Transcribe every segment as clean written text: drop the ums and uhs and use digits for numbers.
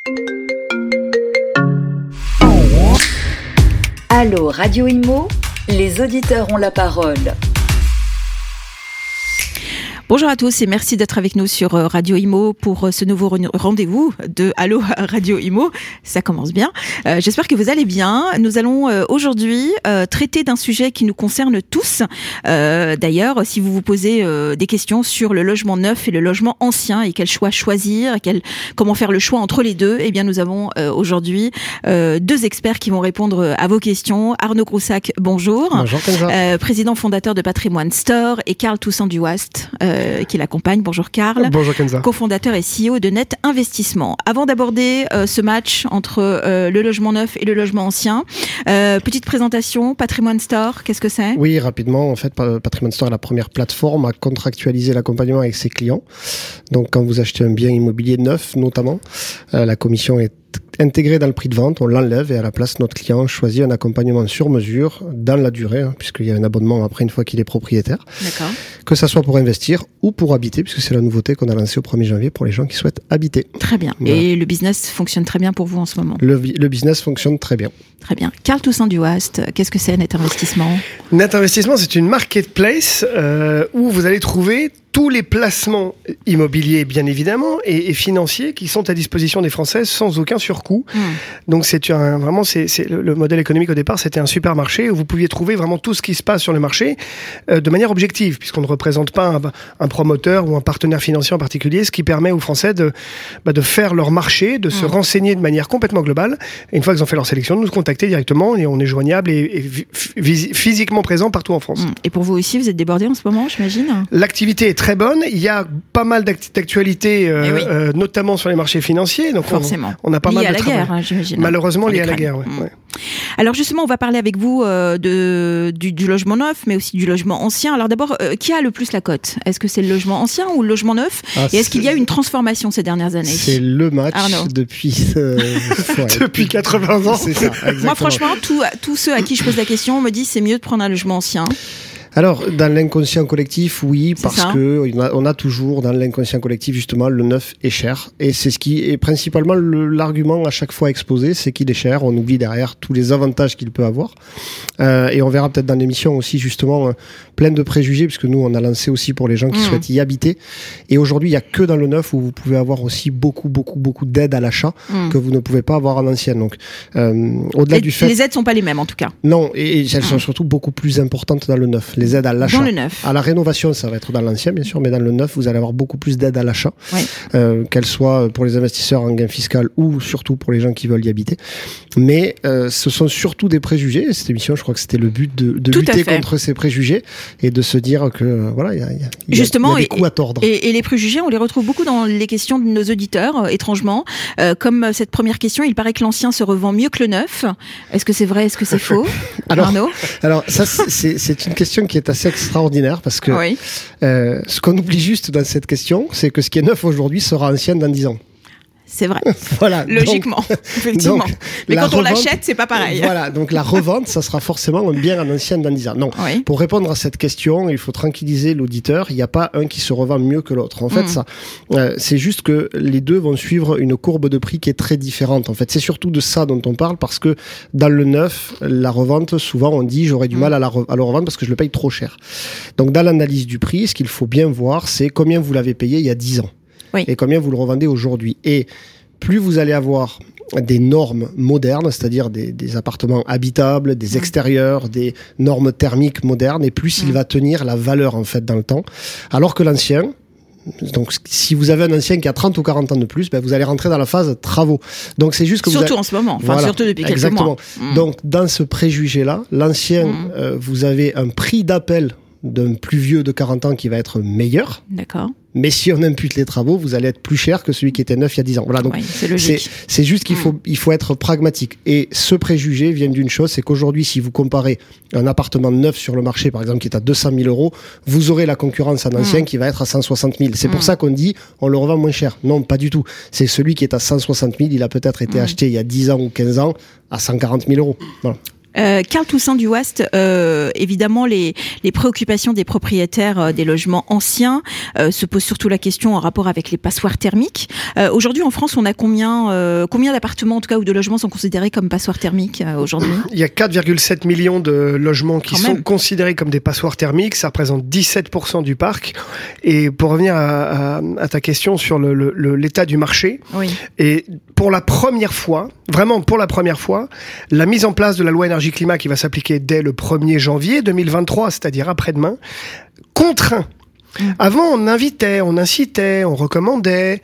Allô Radio Imo, les auditeurs ont la parole. Bonjour à tous et merci d'être avec nous sur Radio Imo pour ce nouveau rendez-vous de Allô Radio Imo. Ça commence bien. J'espère que vous allez bien. Nous allons aujourd'hui traiter d'un sujet qui nous concerne tous. D'ailleurs, si vous vous posez des questions sur le logement neuf et le logement ancien et quel choix choisir, comment faire le choix entre les deux, eh bien nous avons aujourd'hui deux experts qui vont répondre à vos questions. Arnaud Groussac, bonjour. Bonjour Kenza. Président fondateur de Patrimoine Store, et Karl Toussaint Duhast, qui l'accompagne. Bonjour Karl. Bonjour Kenza. Cofondateur et CEO de Net Investissement. Avant d'aborder ce match entre le logement neuf et le logement ancien, petite présentation, Patrimoine Store, qu'est-ce que c'est ? Oui, rapidement, en fait, Patrimoine Store est la première plateforme à contractualiser l'accompagnement avec ses clients. Donc, quand vous achetez un bien immobilier neuf, notamment, la commission est intégrée dans le prix de vente, on l'enlève et à la place, notre client choisit un accompagnement sur mesure dans la durée, puisqu'il y a un abonnement après une fois qu'il est propriétaire. D'accord. Que ça soit pour investir ou pour habiter, puisque c'est la nouveauté qu'on a lancée au 1er janvier pour les gens qui souhaitent habiter. Très bien. Voilà. Et le business fonctionne très bien pour vous en ce moment ? Le business fonctionne très bien. Très bien. Karl Toussaint Duhast, qu'est-ce que c'est Net Investissement ? Net Investissement, c'est une marketplace où vous allez trouver tous les placements immobiliers, bien évidemment, et financiers qui sont à disposition des Français sans aucun surcoût. Donc c'est le modèle économique au départ, c'était un supermarché où vous pouviez trouver vraiment tout ce qui se passe sur le marché de manière objective, puisqu'on ne représente pas un promoteur ou un partenaire financier en particulier, ce qui permet aux Français de faire leur marché, de se renseigner de manière complètement globale. Et une fois qu'ils ont fait leur sélection, de nous contacter directement et on est joignable et physiquement présent partout en France. Et pour vous aussi, vous êtes débordé en ce moment, j'imagine ? L'activité est très bonne. Il y a pas mal d'actualités, notamment sur les marchés financiers. Donc forcément. On a pas mal de travail. Lié à la guerre, j'imagine. Malheureusement, lié à la guerre. Ouais. Alors justement, on va parler avec vous du logement neuf, mais aussi du logement ancien. Alors d'abord, qui a le plus la cote ? Est-ce que c'est le logement ancien ou le logement neuf ? Et est-ce qu'il y a une transformation ces dernières années ? C'est le match depuis 80 ans. C'est ça, exactement. Moi, franchement, tous ceux à qui je pose la question me disent c'est mieux de prendre un logement ancien. Alors, dans l'inconscient collectif, oui, parce que on a toujours dans l'inconscient collectif, justement, le neuf est cher. Et c'est ce qui est principalement l'argument à chaque fois exposé, c'est qu'il est cher. On oublie derrière tous les avantages qu'il peut avoir. Et on verra peut-être dans l'émission aussi, justement, plein de préjugés, puisque nous, on a lancé aussi pour les gens qui souhaitent y habiter. Et aujourd'hui, il n'y a que dans le neuf où vous pouvez avoir aussi beaucoup d'aides à l'achat que vous ne pouvez pas avoir en ancienne. Donc, au-delà du fait... Les aides ne sont pas les mêmes, en tout cas. Non, et elles sont surtout beaucoup plus importantes dans le neuf. Les aides à l'achat. Dans le neuf. À la rénovation, ça va être dans l'ancien, bien sûr, mais dans le neuf, vous allez avoir beaucoup plus d'aides à l'achat, qu'elles soient pour les investisseurs en gain fiscal ou surtout pour les gens qui veulent y habiter. Mais ce sont surtout des préjugés. Cette émission, je crois que c'était le but de lutter contre ces préjugés et de se dire que voilà, il y a des coups à tordre. Et les préjugés, on les retrouve beaucoup dans les questions de nos auditeurs, étrangement. Comme cette première question, il paraît que l'ancien se revend mieux que le neuf. Est-ce que c'est vrai ? Est-ce que c'est faux ? Arnaud ? Alors ça, c'est une question qui est assez extraordinaire parce que ce qu'on oublie juste dans cette question, c'est que ce qui est neuf aujourd'hui sera ancien dans 10 ans. C'est vrai. Voilà. Logiquement, effectivement. Mais quand on l'achète, c'est pas pareil. Voilà. Donc la revente, ça sera forcément un bien en ancien dans 10 ans. Non. Pour répondre à cette question, il faut tranquilliser l'auditeur. Il n'y a pas un qui se revend mieux que l'autre. En fait, c'est juste que les deux vont suivre une courbe de prix qui est très différente. En fait, c'est surtout de ça dont on parle parce que dans le neuf, la revente, souvent on dit j'aurais du mal à le revendre parce que je le paye trop cher. Donc dans l'analyse du prix, ce qu'il faut bien voir, c'est combien vous l'avez payé il y a 10 ans. Et combien vous le revendez aujourd'hui. Et plus vous allez avoir des normes modernes, c'est-à-dire des appartements habitables, des extérieurs, des normes thermiques modernes, et plus il va tenir la valeur en fait dans le temps. Alors que l'ancien, donc si vous avez un ancien qui a 30 ou 40 ans de plus, vous allez rentrer dans la phase travaux. Donc c'est juste que surtout en ce moment, surtout depuis quelques mois. Donc dans ce préjugé-là, l'ancien, vous avez un prix d'appel d'un plus vieux de 40 ans qui va être meilleur. D'accord. Mais si on impute les travaux, vous allez être plus cher que celui qui était neuf il y a 10 ans. Voilà, donc c'est logique. C'est juste qu'il faut être pragmatique. Et ce préjugé vient d'une chose, c'est qu'aujourd'hui, si vous comparez un appartement neuf sur le marché, par exemple, qui est à 200 000 euros, vous aurez la concurrence en ancien qui va être à 160 000. C'est pour ça qu'on dit, on le revend moins cher. Non, pas du tout. C'est celui qui est à 160 000, il a peut-être été acheté il y a 10 ans ou 15 ans à 140 000 euros. Voilà. Carl Toussaint du Wast, évidemment les préoccupations des propriétaires des logements anciens se posent surtout la question en rapport avec les passoires thermiques. Aujourd'hui en France, on a combien d'appartements en tout cas ou de logements sont considérés comme passoires thermiques aujourd'hui ? Il y a 4,7 millions de logements qui sont considérés comme des passoires thermiques, ça représente 17% du parc. Et pour revenir à ta question sur l'état du marché, oui. Et pour la première fois, vraiment pour la première fois, la mise en place de la loi énergie-climat qui va s'appliquer dès le 1er janvier 2023, c'est-à-dire après-demain, contraint. Avant, on invitait, on incitait, on recommandait,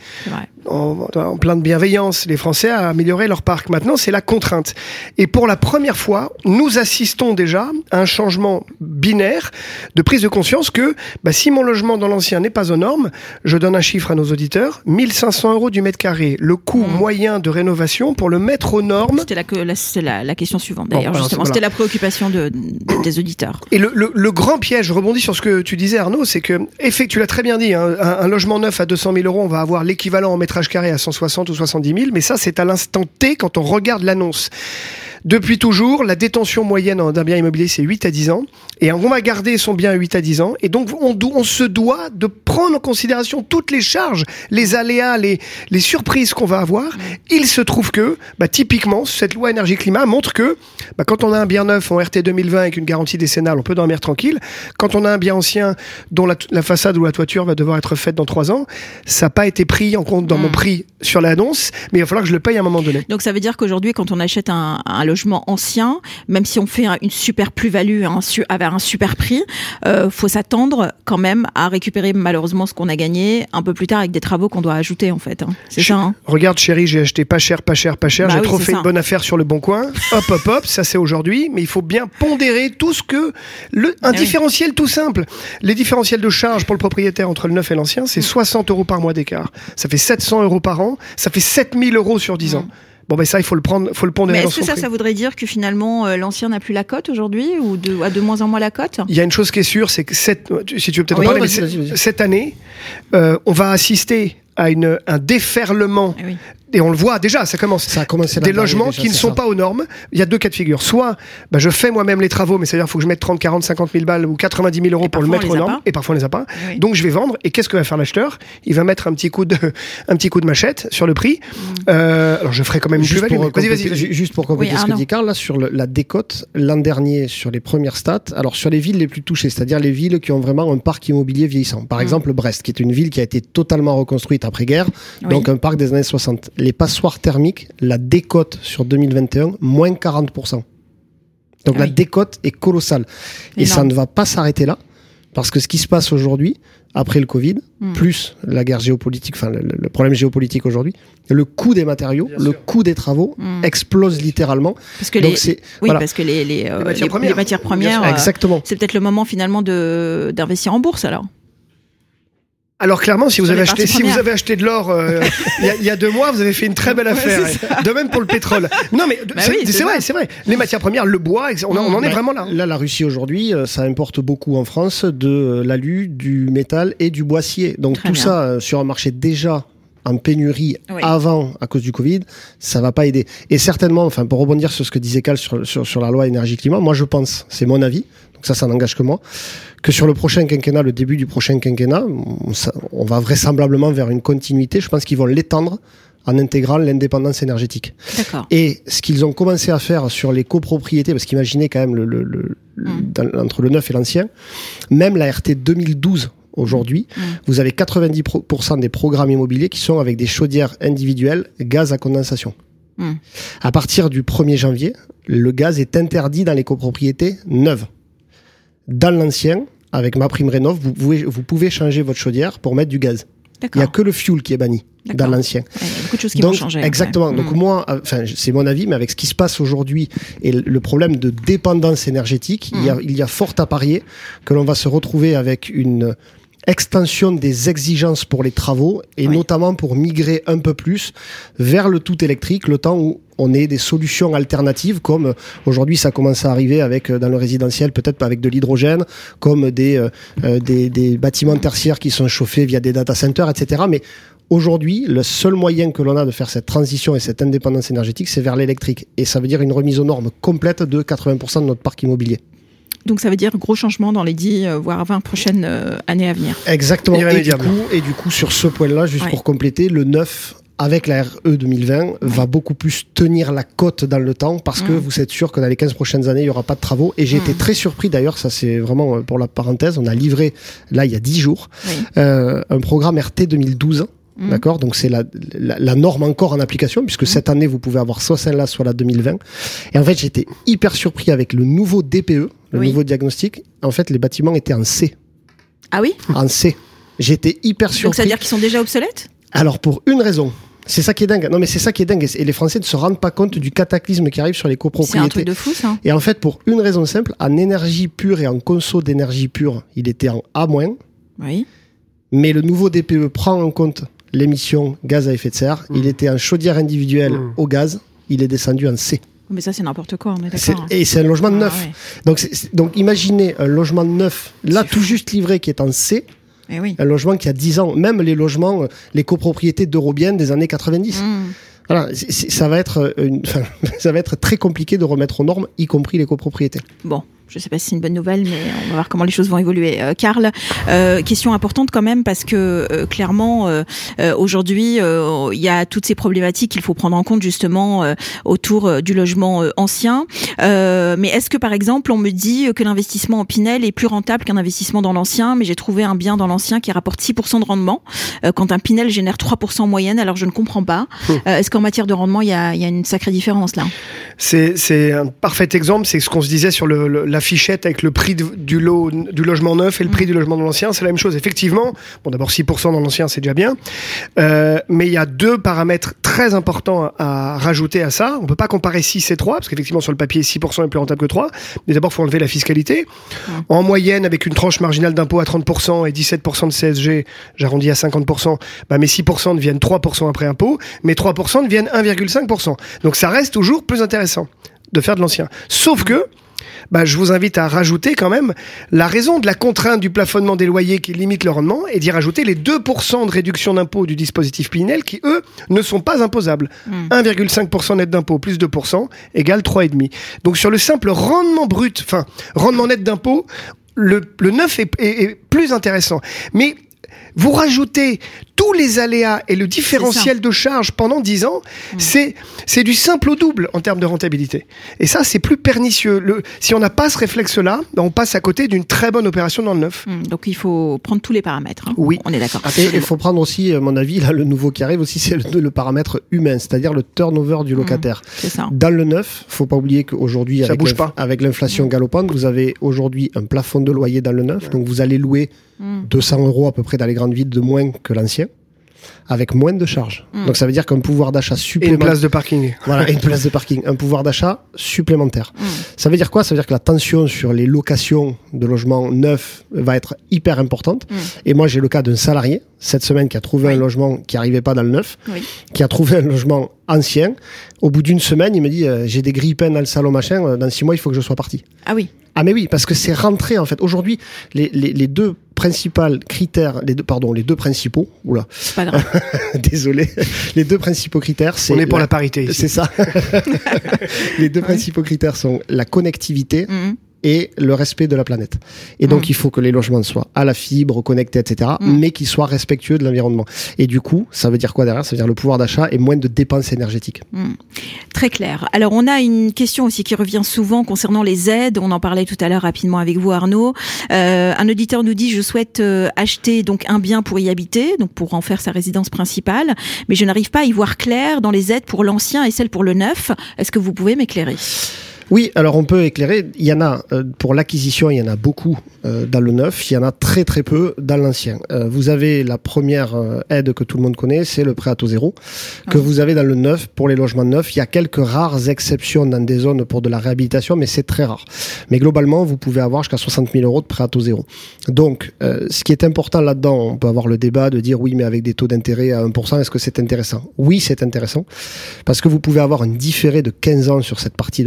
en plein de bienveillance, les Français à améliorer leur parc. Maintenant, c'est la contrainte. Et pour la première fois, nous assistons déjà à un changement binaire de prise de conscience que si mon logement dans l'ancien n'est pas aux normes, je donne un chiffre à nos auditeurs, 1 500 € du mètre carré, le coût moyen de rénovation pour le mettre aux normes. C'était la question suivante d'ailleurs, justement. C'était la préoccupation des auditeurs. Et le grand piège, je rebondis sur ce que tu disais Arnaud, c'est que, tu l'as très bien dit, hein, un logement neuf à 200 000 €, on va avoir l'équivalent en métrage carré à 160 ou 70 000, mais ça c'est à l'instant T quand on regarde l'annonce. Depuis toujours, la détention moyenne d'un bien immobilier, c'est 8 à 10 ans. Et on va garder son bien à 8 à 10 ans. Et donc, on se doit de prendre en considération toutes les charges, les aléas, les surprises qu'on va avoir. Il se trouve que, typiquement, cette loi énergie-climat montre que, quand on a un bien neuf en RT 2020 avec une garantie décennale, on peut dormir tranquille. Quand on a un bien ancien dont la façade ou la toiture va devoir être faite dans 3 ans, ça n'a pas été pris en compte dans mon prix sur l'annonce, mais il va falloir que je le paye à un moment donné. Donc, ça veut dire qu'aujourd'hui, quand on achète un logement ancien, même si on fait une super plus-value avec un super prix, faut s'attendre quand même à récupérer malheureusement ce qu'on a gagné un peu plus tard avec des travaux qu'on doit ajouter en fait. C'est ça. Hein. Regarde chérie, j'ai acheté pas cher, j'ai trop fait une bonne affaire sur le bon coin. Hop, ça c'est aujourd'hui, mais il faut bien pondérer tout ce que différentiel tout simple. Les différentiels de charges pour le propriétaire entre le neuf et l'ancien, c'est 60 € par mois d'écart. Ça fait 700 € par an, ça fait 7 000 € sur 10 ans. Bon, ça, il faut le pondérer. Mais est-ce que ça voudrait dire que finalement, l'ancien n'a plus la cote aujourd'hui ou a de moins en moins la cote ? Il y a une chose qui est sûre, c'est que si tu veux peut-être en parler, mais cette année, on va assister à un déferlement. Oui. Et on le voit déjà, ça commence. Des logements qui ne sont pas aux normes. Il y a deux cas de figure. Soit, je fais moi-même les travaux, mais c'est-à-dire qu'il faut que je mette 30, 40, 50 000 balles ou 90 000 € pour le mettre aux normes. Et parfois on les a pas. Oui. Donc je vais vendre. Et qu'est-ce que va faire l'acheteur ? Il va mettre un petit coup de machette sur le prix. Alors je ferai quand même une plus-value. Vas-y. Juste pour compléter ce que dit Carl, là, sur la décote, l'an dernier, sur les premières stats, alors sur les villes les plus touchées, c'est-à-dire les villes qui ont vraiment un parc immobilier vieillissant. Par exemple, Brest, qui est une ville qui a été totalement reconstruite après-guerre, donc un parc des années 60. Les passoires thermiques, la décote sur 2021, moins 40%. Donc la décote est colossale. Et ça ne va pas s'arrêter là, parce que ce qui se passe aujourd'hui, après le Covid, plus la guerre géopolitique, enfin le problème géopolitique aujourd'hui, le coût des matériaux, le coût des travaux explose littéralement. Parce que parce que les matières premières, exactement. C'est peut-être le moment finalement d'investir en bourse alors. Alors clairement, si vous avez acheté de l'or il y a 2 mois, vous avez fait une très belle affaire. De même pour le pétrole. Non mais c'est vrai. Les matières premières, le bois, on en est vraiment là. Là, la Russie aujourd'hui, ça importe beaucoup en France de l'alu, du métal et du bois scié. Donc très tout bien. Ça sur un marché déjà en pénurie avant à cause du Covid, ça va pas aider. Et certainement, enfin pour rebondir sur ce que disait Cal sur la loi énergie-climat, moi je pense, c'est mon avis, donc ça n'engage que moi, que sur le prochain quinquennat, le début du prochain quinquennat, on va vraisemblablement vers une continuité. Je pense qu'ils vont l'étendre en intégrant l'indépendance énergétique. D'accord. Et ce qu'ils ont commencé à faire sur les copropriétés, parce qu'imaginez quand même entre le neuf et l'ancien, même la RT 2012 aujourd'hui, vous avez 90% des programmes immobiliers qui sont avec des chaudières individuelles, gaz à condensation. À partir du 1er janvier, le gaz est interdit dans les copropriétés neuves. Dans l'ancien, avec MaPrimeRénov', vous pouvez changer votre chaudière pour mettre du gaz. D'accord. Il n'y a que le fuel qui est banni dans l'ancien. Il y a beaucoup de choses qui vont changer. Exactement. Donc moi, c'est mon avis, mais avec ce qui se passe aujourd'hui et le problème de dépendance énergétique, il y a fort à parier que l'on va se retrouver avec une extension des exigences pour les travaux et notamment pour migrer un peu plus vers le tout électrique, le temps où on ait des solutions alternatives, comme aujourd'hui ça commence à arriver avec dans le résidentiel, peut-être avec de l'hydrogène, comme des bâtiments tertiaires qui sont chauffés via des data centers, etc. Mais Aujourd'hui, le seul moyen que l'on a de faire cette transition et cette indépendance énergétique, c'est vers l'électrique. Et ça veut dire une remise aux normes complète de 80% de notre parc immobilier. Donc ça veut dire gros changement dans les 10 voire 20 prochaines années à venir. Exactement. Et du coup, sur ce point-là, juste pour compléter, le neuf, avec la RE 2020, va beaucoup plus tenir la cote dans le temps parce que vous êtes sûr que dans les 15 prochaines années, il n'y aura pas de travaux. Et j'ai été très surpris d'ailleurs, ça c'est vraiment pour la parenthèse, on a livré, là il y a 10 jours, un programme RT 2012. D'accord, donc c'est la norme encore en application puisque cette année vous pouvez avoir soit celle-là soit la 2020. Et en fait j'étais hyper surpris avec le nouveau DPE, le nouveau diagnostic. En fait les bâtiments étaient en C. Ah oui ? En C. J'étais hyper surpris. Donc ça veut dire qu'ils sont déjà obsolètes ? Alors pour une raison. C'est ça qui est dingue. Non mais c'est ça qui est dingue. Et les Français ne se rendent pas compte du cataclysme qui arrive sur les copropriétés. C'est un truc de fou ça. Et en fait pour une raison simple, en énergie pure et en conso d'énergie pure, il était en A-. Oui. Mais le nouveau DPE prend en compte l'émission gaz à effet de serre. Il était en chaudière individuelle au gaz. Il est descendu en C. Mais ça, c'est n'importe quoi, on est d'accord. Et c'est un logement de neuf. Ouais. Donc, imaginez un logement de neuf, là, tout juste livré, qui est en C. Un logement qui a 10 ans. Même les logements, les copropriétés d'Eurobienne des années 90. Voilà, ça va être très compliqué de remettre aux normes, y compris les copropriétés. Bon. Je ne sais pas si c'est une bonne nouvelle, mais on va voir comment les choses vont évoluer. Karl, question importante quand même, parce que clairement, aujourd'hui, il y a toutes ces problématiques qu'il faut prendre en compte justement autour du logement ancien. Mais est-ce que, par exemple, on me dit que l'investissement en Pinel est plus rentable qu'un investissement dans l'ancien, mais j'ai trouvé un bien dans l'ancien qui rapporte 6% de rendement, quand un Pinel génère 3% en moyenne, alors je ne comprends pas. Est-ce qu'en matière de rendement, il y a une sacrée différence là ? C'est un parfait exemple, c'est ce qu'on se disait sur la fichette avec le prix du logement neuf et le prix du logement dans l'ancien, c'est la même chose. Effectivement, bon d'abord 6% dans l'ancien, c'est déjà bien, mais il y a deux paramètres très importants à rajouter à ça. On peut pas comparer 6 et 3, parce qu'effectivement sur le papier 6% est plus rentable que 3, mais d'abord il faut enlever la fiscalité. En moyenne, avec une tranche marginale d'impôt à 30% et 17% de CSG, j'arrondis à 50%, mes 6% deviennent 3% après impôt, mais 3% deviennent 1,5%. Donc ça reste toujours plus intéressant de faire de l'ancien. Sauf que je vous invite à rajouter quand même la raison de la contrainte du plafonnement des loyers qui limite le rendement et d'y rajouter les 2% de réduction d'impôt du dispositif Pinel qui, eux, ne sont pas imposables. 1,5% net d'impôt plus 2% égale 3,5%. Donc sur le simple rendement brut, rendement net d'impôt, le neuf est plus intéressant. Mais vous rajoutez tous les aléas et le différentiel de charge pendant 10 ans, c'est du simple au double en termes de rentabilité. Et ça, c'est plus pernicieux. Si on n'a pas ce réflexe-là, on passe à côté d'une très bonne opération dans le neuf. Donc il faut prendre tous les paramètres. Oui. On est d'accord. Et il faut prendre aussi, à mon avis, là, le nouveau qui arrive aussi, c'est le paramètre humain, c'est-à-dire le turnover du locataire. C'est ça. Dans le neuf, faut pas oublier qu'aujourd'hui, avec l'inflation galopante, vous avez aujourd'hui un plafond de loyer dans le neuf, donc vous allez louer 200 € à peu près dans les grandes villes de moins que l'ancien, avec moins de charges. Donc ça veut dire qu'un pouvoir d'achat supplémentaire... Et une place de parking. Voilà, une place de parking. Un pouvoir d'achat supplémentaire. Ça veut dire quoi ? Ça veut dire que la tension sur les locations de logements neufs va être hyper importante. Et moi, j'ai le cas d'un salarié, cette semaine, qui a trouvé un logement qui n'arrivait pas dans le neuf, qui a trouvé un logement ancien. Au bout d'une semaine, il me dit j'ai des grille-pains dans le salon, machin, dans 6 mois, il faut que je sois parti. Ah oui. Ah mais oui, parce que c'est rentré en fait. Aujourd'hui, les deux principaux critères, les deux principaux, oula. C'est pas grave. Désolé. Les deux principaux critères, c'est... On est pour la parité ici. C'est ça. Les deux principaux critères sont la connectivité et le respect de la planète. Et donc, il faut que les logements soient à la fibre, connectés, etc., mais qu'ils soient respectueux de l'environnement. Et du coup, ça veut dire quoi derrière ? Ça veut dire le pouvoir d'achat et moins de dépenses énergétiques. Très clair. Alors, on a une question aussi qui revient souvent concernant les aides. On en parlait tout à l'heure rapidement avec vous, Arnaud. Un auditeur nous dit, je souhaite acheter donc un bien pour y habiter, donc pour en faire sa résidence principale, mais je n'arrive pas à y voir clair dans les aides pour l'ancien et celles pour le neuf. Est-ce que vous pouvez m'éclairer ? Oui, alors on peut éclairer. Il y en a pour l'acquisition, il y en a beaucoup dans le neuf. Il y en a très très peu dans l'ancien. Vous avez la première aide que tout le monde connaît, c'est le prêt à taux zéro que vous avez dans le neuf pour les logements neufs. Il y a quelques rares exceptions dans des zones pour de la réhabilitation, mais c'est très rare. Mais globalement, vous pouvez avoir jusqu'à 60 000 € de prêt à taux zéro. Donc, ce qui est important là-dedans, on peut avoir le débat de dire oui, mais avec des taux d'intérêt à 1%, est-ce que c'est intéressant ? Oui, c'est intéressant parce que vous pouvez avoir un différé de 15 ans sur cette partie de prêt à taux zéro.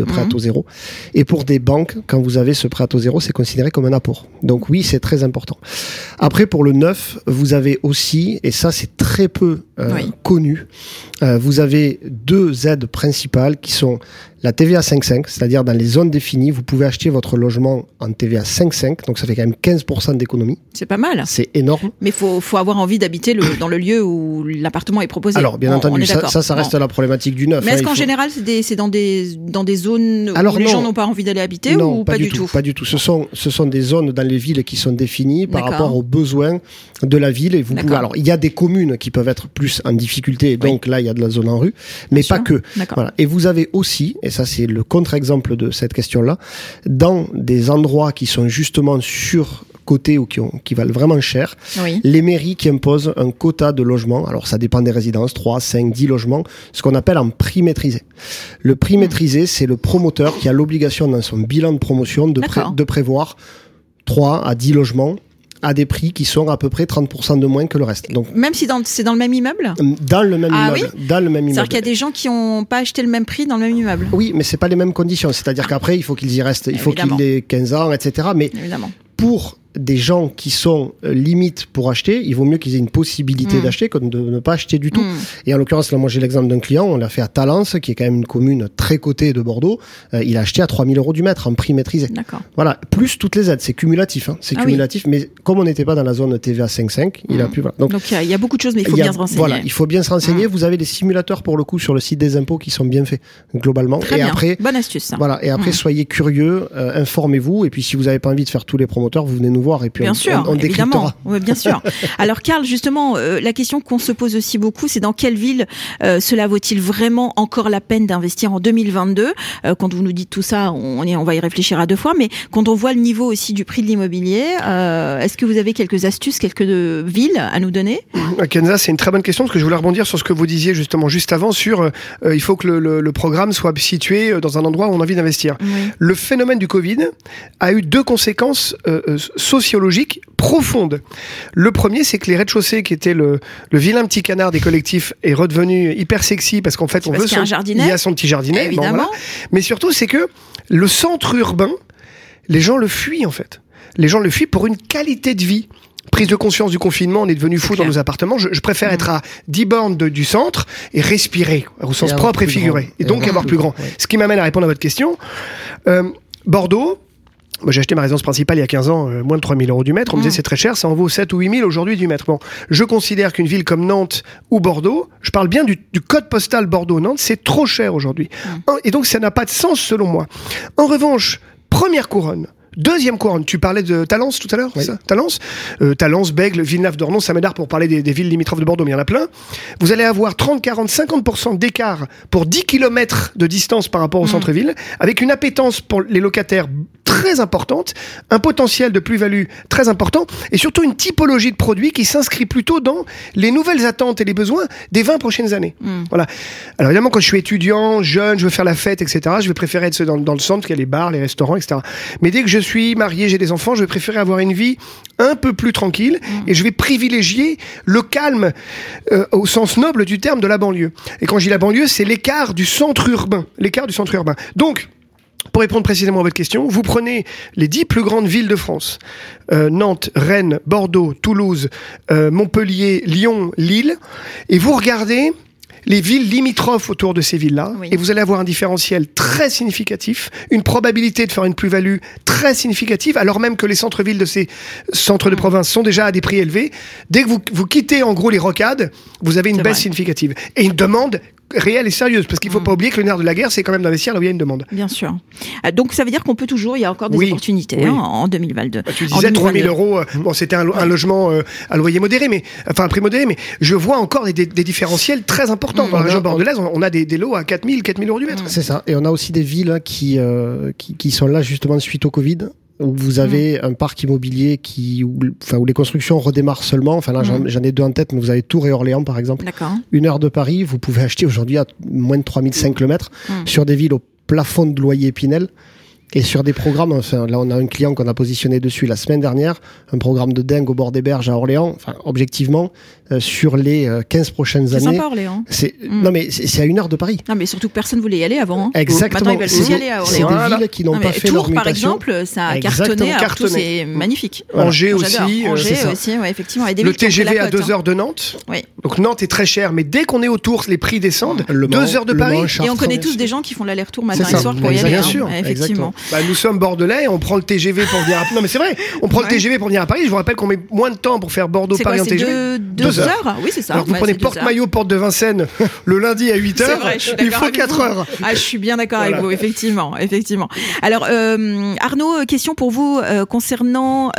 zéro. Et pour des banques, quand vous avez ce prêt à taux zéro, c'est considéré comme un apport. Donc oui, c'est très important. Après, pour le neuf, vous avez aussi, et ça c'est très peu connu, vous avez 2 aides principales qui sont la TVA 5,5, c'est-à-dire dans les zones définies, vous pouvez acheter votre logement en TVA 5,5, donc ça fait quand même 15% d'économie. C'est pas mal. C'est énorme. Mais faut avoir envie d'habiter dans le lieu où l'appartement est proposé. Alors, bien entendu, ça reste la problématique du neuf. Mais est-ce qu'en général, c'est dans des zones où les gens n'ont pas envie d'aller habiter ou pas du tout? Pas du tout. Ce sont des zones dans les villes qui sont définies par rapport aux besoins de la ville. Et vous pouvez, alors, il y a des communes qui peuvent être plus en difficulté, donc là, il y a de la zone en rue, mais pas que. Voilà. Et vous avez aussi, et ça c'est le contre-exemple de cette question-là, dans des endroits qui sont justement surcotés ou qui valent vraiment cher, les mairies qui imposent un quota de logements, alors ça dépend des résidences, 3, 5, 10 logements, ce qu'on appelle en prix maîtrisé. Le prix maîtrisé, c'est le promoteur qui a l'obligation dans son bilan de promotion de prévoir 3 à 10 logements à des prix qui sont à peu près 30% de moins que le reste. Donc, même si c'est dans le même immeuble ? Dans le même immeuble. Oui, dans le même immeuble. C'est-à-dire qu'il y a des gens qui n'ont pas acheté le même prix dans le même immeuble. Oui, mais c'est pas les mêmes conditions. C'est-à-dire qu'après, il faut qu'ils y restent, il faut qu'ils aient 15 ans, etc. Mais pour des gens qui sont limites pour acheter, il vaut mieux qu'ils aient une possibilité d'acheter que de ne pas acheter du tout. Et en l'occurrence, là, moi, j'ai l'exemple d'un client, on l'a fait à Talence, qui est quand même une commune très cotée de Bordeaux. Il a acheté à 3 000 € du mètre en prix maîtrisé. D'accord. Voilà. Plus toutes les aides. C'est cumulatif, hein. C'est cumulatif. Mais comme on n'était pas dans la zone TVA 5,5, il a pu, voilà. Donc, il y a beaucoup de choses, mais il faut bien se renseigner. Voilà. Il faut bien se renseigner. Vous avez des simulateurs, pour le coup, sur le site des impôts qui sont bien faits, globalement. Très bien. Après, bonne astuce, ça. Voilà. Et après, soyez curieux, informez-vous. Et puis, si vous n'avez pas envie de faire tous les promoteurs, vous venez nous voir. Et puis, bien sûr. On évidemment, oui, bien sûr. Alors Karl, justement, la question qu'on se pose aussi beaucoup, c'est dans quelle ville cela vaut-il vraiment encore la peine d'investir en 2022 ? Quand vous nous dites tout ça, on va y réfléchir à 2 fois, mais quand on voit le niveau aussi du prix de l'immobilier, est-ce que vous avez quelques astuces, quelques villes à nous donner ? Kenza, c'est une très bonne question, parce que je voulais rebondir sur ce que vous disiez justement juste avant, sur il faut que le programme soit situé dans un endroit où on a envie d'investir. Oui. Le phénomène du Covid a eu 2 conséquences sociologiques profonde. Le premier, c'est que les rez-de-chaussée, qui était le vilain petit canard des collectifs, est redevenu hyper sexy parce qu'en fait, il y a son petit jardinet. Évidemment. Bon, voilà. Mais surtout, c'est que le centre urbain, les gens le fuient en fait. Les gens le fuient pour une qualité de vie. Prise de conscience du confinement, on est devenu fou dans nos appartements. Je préfère être à 10 bornes du centre et respirer au sens propre et figuré. Et donc avoir plus grand. Ouais. Ce qui m'amène à répondre à votre question. Bordeaux. Moi, j'ai acheté ma résidence principale il y a 15 ans, moins de 3 000 € du mètre. On me disait c'est très cher, ça en vaut 7 ou 8 000 aujourd'hui du mètre. Bon, je considère qu'une ville comme Nantes ou Bordeaux, je parle bien du code postal Bordeaux-Nantes, c'est trop cher aujourd'hui. Et donc, ça n'a pas de sens selon moi. En revanche, première couronne. Deuxième couronne, tu parlais de Talence tout à l'heure, c'est ça ? Talence, Bègles, Villeneuve-d'Ornon, Saint-Médard, pour parler des villes limitrophes de Bordeaux, mais il y en a plein. Vous allez avoir 30, 40, 50% d'écart pour 10 km de distance par rapport au centre-ville, avec une appétence pour les locataires très importante, un potentiel de plus-value très important, et surtout une typologie de produits qui s'inscrit plutôt dans les nouvelles attentes et les besoins des 20 prochaines années. Voilà. Alors évidemment, quand je suis étudiant, jeune, je veux faire la fête, etc., je vais préférer être dans le centre, qu'il y a les bars, les restaurants, etc. Mais dès que je suis marié, j'ai des enfants, je vais préférer avoir une vie un peu plus tranquille, et je vais privilégier le calme au sens noble du terme de la banlieue. Et quand je dis la banlieue, c'est l'écart du centre urbain. Donc, pour répondre précisément à votre question, vous prenez les 10 plus grandes villes de France, Nantes, Rennes, Bordeaux, Toulouse, Montpellier, Lyon, Lille, et vous regardez les villes limitrophes autour de ces villes-là, et vous allez avoir un différentiel très significatif, une probabilité de faire une plus-value très significative, alors même que les centres-villes de ces centres de province sont déjà à des prix élevés. Dès que vous quittez en gros les rocades, vous avez une baisse significative. Et une demande réelle et sérieuse, parce qu'il ne faut pas oublier que le nerf de la guerre, c'est quand même d'investir là où il y a une demande. Bien sûr. Donc ça veut dire qu'on peut toujours, il y a encore des opportunités en 2022. Tu disais 3 000 €, bon, c'était un logement à loyer modéré, enfin un prix modéré, mais je vois encore des différentiels très importants. Dans la région bordelaise, on a des lots à 4 000 € du mètre. C'est ça. Et on a aussi des villes qui sont là justement suite au Covid, où vous avez un parc immobilier où les constructions redémarrent seulement. Enfin là, j'en ai 2 en tête, mais vous avez Tours et Orléans, par exemple. D'accord. 1 heure de Paris, vous pouvez acheter aujourd'hui à moins de 3 500 le mètre sur des villes au plafond de loyer Pinel. Et sur des programmes, enfin, là on a un client qu'on a positionné dessus la semaine dernière, un programme de dingue au bord des berges à Orléans, enfin objectivement, sur les 15 prochaines années. C'est sympa Orléans. Non mais c'est à 1 heure de Paris. Non mais surtout que personne voulait y aller avant. Hein. Exactement. Maintenant ils veulent tous y aller à Orléans. C'est des villes qui n'ont pas fait leur Tours par mutation. exemple, ça a cartonné. C'est magnifique. Angers aussi. Angers aussi, ouais, effectivement. Et des le TGV à 2 heures de Nantes. Oui. Donc Nantes est très cher, mais dès qu'on est autour, les prix descendent. 2 heures de Paris. Et on connaît tous des gens qui font l'aller-retour matin et soir pour y aller. Bien sûr. Effectivement. Nous sommes bordelais, on prend le TGV pour venir à... Non mais c'est vrai, on prend le TGV pour venir à Paris. Je vous rappelle qu'on met moins de temps pour faire Bordeaux-Paris en TGV. 2 heures. Oui, c'est ça. Alors vous prenez Porte-Maillot, Porte de Vincennes le lundi à 8h. C'est vrai, il faut 4 heures. Ah, je suis bien d'accord avec vous, effectivement. Alors, Arnaud, question pour vous concernant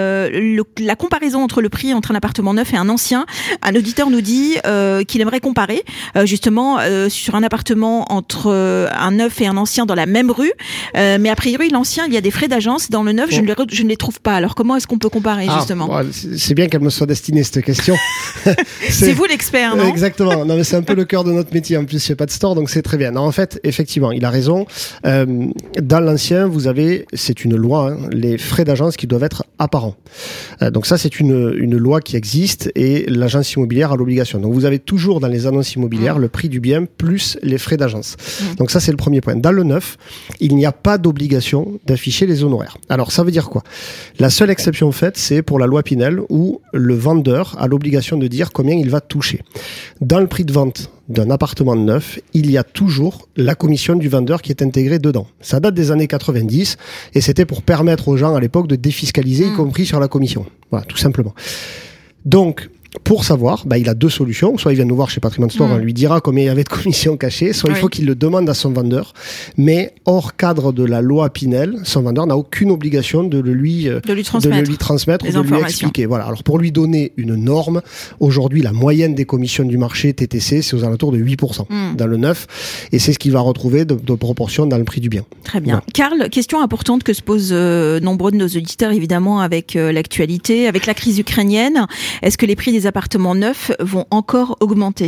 la comparaison entre le prix entre un appartement neuf et un ancien. Un auditeur nous dit qu'il aimerait comparer justement sur un appartement entre un neuf et un ancien dans la même rue, mais a priori l'ancien il y a des frais d'agence, dans le neuf je ne les trouve pas. Alors comment est-ce qu'on peut comparer justement? C'est bien qu'elle me soit destinée cette question. C'est vous l'expert, non? Exactement. Non mais c'est un peu le cœur de notre métier en plus chez Pas de Store, donc c'est très bien. Non, en fait effectivement il a raison. Dans l'ancien vous avez, c'est une loi, hein, les frais d'agence qui doivent être apparents. Donc ça c'est une loi qui existe et l'agence immobilière a l'obligation. Donc vous avez toujours dans les annonces immobilières le prix du bien plus les frais d'agence. Donc ça c'est le premier point. Dans le neuf, il n'y a pas d'obligation d'afficher les honoraires. Alors ça veut dire quoi? La seule exception faite, c'est pour la loi Pinel où le vendeur a l'obligation de dire combien il va toucher. Dans le prix de vente d'un appartement neuf, il y a toujours la commission du vendeur qui est intégrée dedans. Ça date des années 90 et c'était pour permettre aux gens à l'époque de défiscaliser, y compris sur la commission. Voilà, tout simplement. Donc, pour savoir, il a deux solutions. Soit il vient nous voir chez Patrimoine Store, on lui dira combien il y avait de commissions cachées, soit il faut qu'il le demande à son vendeur. Mais hors cadre de la loi Pinel, son vendeur n'a aucune obligation de lui transmettre ou de lui expliquer. Voilà. Alors pour lui donner une norme, aujourd'hui la moyenne des commissions du marché TTC, c'est aux alentours de 8% dans le neuf. Et c'est ce qu'il va retrouver de proportion dans le prix du bien. Très bien. Voilà. Karl, question importante que se posent nombreux de nos auditeurs, évidemment, avec l'actualité, avec la crise ukrainienne. Est-ce que les prix des appartements neufs vont encore augmenter?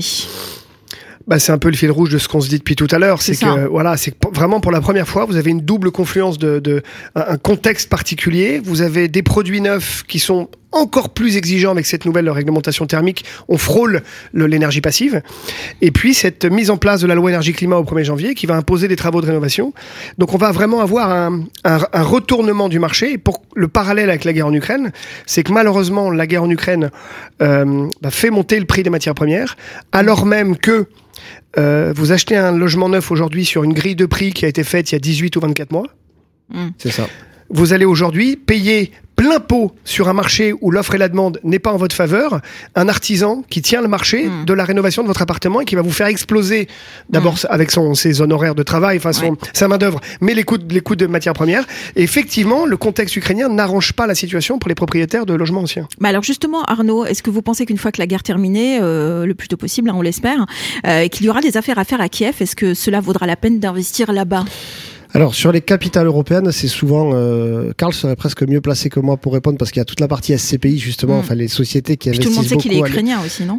C'est un peu le fil rouge de ce qu'on se dit depuis tout à l'heure. C'est que vraiment pour la première fois, vous avez une double confluence un contexte particulier. Vous avez des produits neufs qui sont encore plus exigeants avec cette nouvelle réglementation thermique. On frôle l'énergie passive. Et puis, cette mise en place de la loi énergie-climat au 1er janvier qui va imposer des travaux de rénovation. Donc, on va vraiment avoir un retournement du marché. Et pour le parallèle avec la guerre en Ukraine, c'est que malheureusement, la guerre en Ukraine fait monter le prix des matières premières, alors même que vous achetez un logement neuf aujourd'hui sur une grille de prix qui a été faite il y a 18 ou 24 mois. C'est ça. Vous allez aujourd'hui payer plein pot sur un marché où l'offre et la demande n'est pas en votre faveur, un artisan qui tient le marché de la rénovation de votre appartement et qui va vous faire exploser d'abord avec ses honoraires de travail, sa main d'œuvre, mais les coûts de matières premières. Et effectivement, le contexte ukrainien n'arrange pas la situation pour les propriétaires de logements anciens. Alors justement, Arnaud, est-ce que vous pensez qu'une fois que la guerre terminée, le plus tôt possible, on l'espère, qu'il y aura des affaires à faire à Kiev, est-ce que cela vaudra la peine d'investir là-bas ? Alors, sur les capitales européennes, c'est souvent... Karl serait presque mieux placé que moi pour répondre parce qu'il y a toute la partie SCPI, justement, les sociétés qui investissent beaucoup. Tout le monde sait qu'il est ukrainien aussi, non?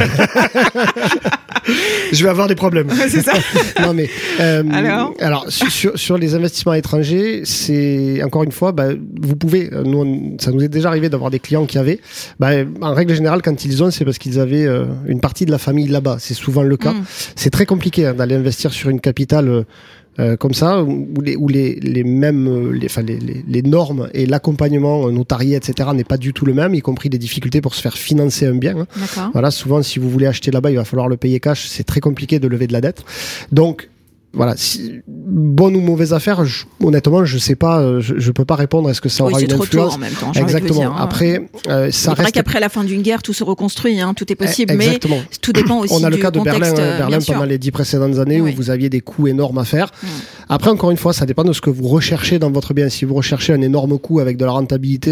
Je vais avoir des problèmes. C'est ça. Non, mais... alors sur les investissements étrangers, c'est... Encore une fois, vous pouvez... ça nous est déjà arrivé d'avoir des clients qui avaient... en règle générale, quand ils ont, c'est parce qu'ils avaient une partie de la famille là-bas. C'est souvent le cas. C'est très compliqué d'aller investir sur une capitale... comme ça, où les normes et l'accompagnement notarié, etc., n'est pas du tout le même, y compris des difficultés pour se faire financer un bien. Voilà, souvent, si vous voulez acheter là-bas, il va falloir le payer cash. C'est très compliqué de lever de la dette. Donc, voilà, bonne ou mauvaise affaire, honnêtement, je sais pas, je peux pas répondre. Est-ce que ça aura une influence? C'est trop tôt en même temps. Exactement. Après, ça reste. Qu'après la fin d'une guerre, tout se reconstruit, tout est possible, mais tout dépend aussi. On a le cas de contexte, Berlin pendant les 10 précédentes années où vous aviez des coûts énormes à faire. Après, encore une fois, ça dépend de ce que vous recherchez dans votre bien. Si vous recherchez un énorme coût avec de la rentabilité,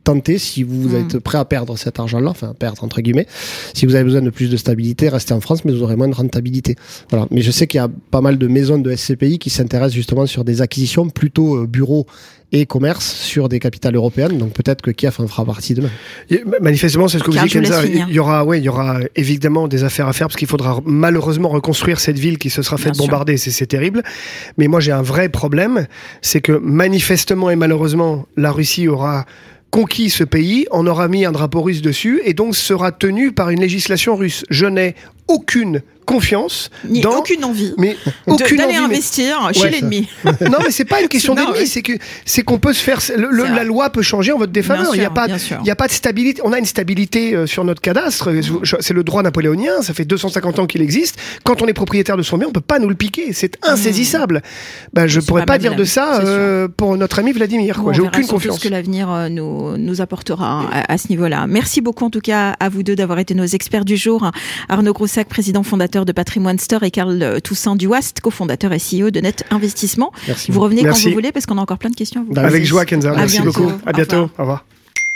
tenter, si vous êtes prêt à perdre cet argent-là, enfin perdre entre guillemets, si vous avez besoin de plus de stabilité, restez en France, mais vous aurez moins de rentabilité. Voilà. Mais je sais qu'il y a pas mal de maisons de SCPI qui s'intéressent justement sur des acquisitions plutôt bureaux et commerce sur des capitales européennes, donc peut-être que Kiev en fera partie demain. Manifestement, c'est ce que vous dites, Kenza. Il y aura évidemment des affaires à faire parce qu'il faudra malheureusement reconstruire cette ville qui se sera faite bombarder. C'est terrible. Mais moi, j'ai un vrai problème, c'est que manifestement et malheureusement, la Russie aura conquis ce pays, on aura mis un drapeau russe dessus et donc sera tenu par une législation russe. Je n'ai aucune confiance aucune envie d'aller investir chez l'ennemi. Non, mais c'est pas une question d'ennemi, c'est qu'on peut se faire la loi peut changer en votre défaveur. Il y a pas de stabilité. On a une stabilité sur notre cadastre, c'est le droit napoléonien, ça fait 250 ans qu'il existe. Quand on est propriétaire de son bien, on peut pas nous le piquer, c'est insaisissable. Je pourrais pas dire de ça pour notre ami Vladimir, quoi. J'ai aucune confiance. Ce que l'avenir nous apportera à ce niveau-là. Merci beaucoup en tout cas à vous deux d'avoir été nos experts du jour. Arnaud Groussac, président fondateur de Patrimoine Store, et Karl Toussaint Duast, cofondateur et CEO de Net Investissement. Merci. Vous revenez quand vous voulez parce qu'on a encore plein de questions à vous poser. Avec joie, Kenza. Merci beaucoup. À bientôt. Au revoir.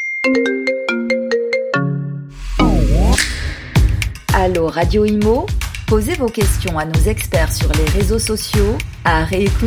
Allô Radio Imo, posez vos questions à nos experts sur les réseaux sociaux, à réécouter